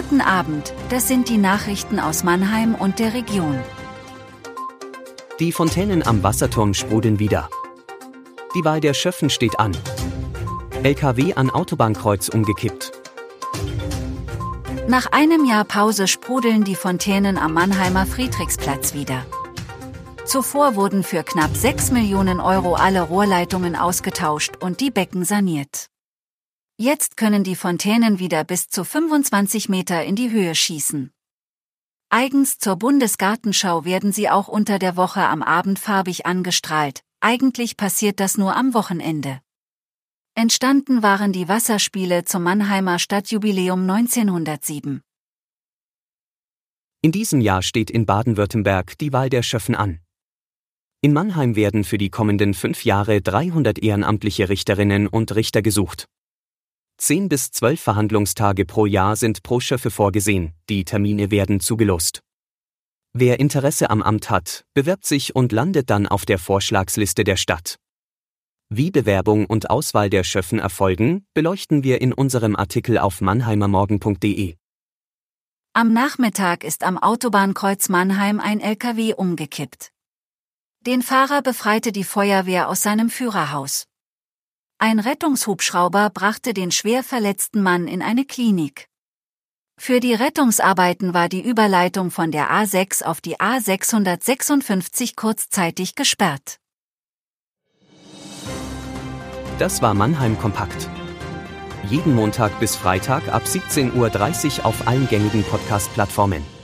Guten Abend, das sind die Nachrichten aus Mannheim und der Region. Die Fontänen am Wasserturm sprudeln wieder. Die Wahl der Schöffen steht an. LKW an Autobahnkreuz umgekippt. Nach einem Jahr Pause sprudeln die Fontänen am Mannheimer Friedrichsplatz wieder. Zuvor wurden für knapp 6 Millionen Euro alle Rohrleitungen ausgetauscht und die Becken saniert. Jetzt können die Fontänen wieder bis zu 25 Meter in die Höhe schießen. Eigens zur Bundesgartenschau werden sie auch unter der Woche am Abend farbig angestrahlt, eigentlich passiert das nur am Wochenende. Entstanden waren die Wasserspiele zum Mannheimer Stadtjubiläum 1907. In diesem Jahr steht in Baden-Württemberg die Wahl der Schöffen an. In Mannheim werden für die kommenden 5 Jahre 300 ehrenamtliche Richterinnen und Richter gesucht. 10 bis 12 Verhandlungstage pro Jahr sind pro Schöffe vorgesehen, die Termine werden zugelost. Wer Interesse am Amt hat, bewirbt sich und landet dann auf der Vorschlagsliste der Stadt. Wie Bewerbung und Auswahl der Schöffen erfolgen, beleuchten wir in unserem Artikel auf mannheimermorgen.de. Am Nachmittag ist am Autobahnkreuz Mannheim ein LKW umgekippt. Den Fahrer befreite die Feuerwehr aus seinem Führerhaus. Ein Rettungshubschrauber brachte den schwer verletzten Mann in eine Klinik. Für die Rettungsarbeiten war die Überleitung von der A6 auf die A656 kurzzeitig gesperrt. Das war Mannheim Kompakt. Jeden Montag bis Freitag ab 17:30 Uhr auf allen gängigen Podcast-Plattformen.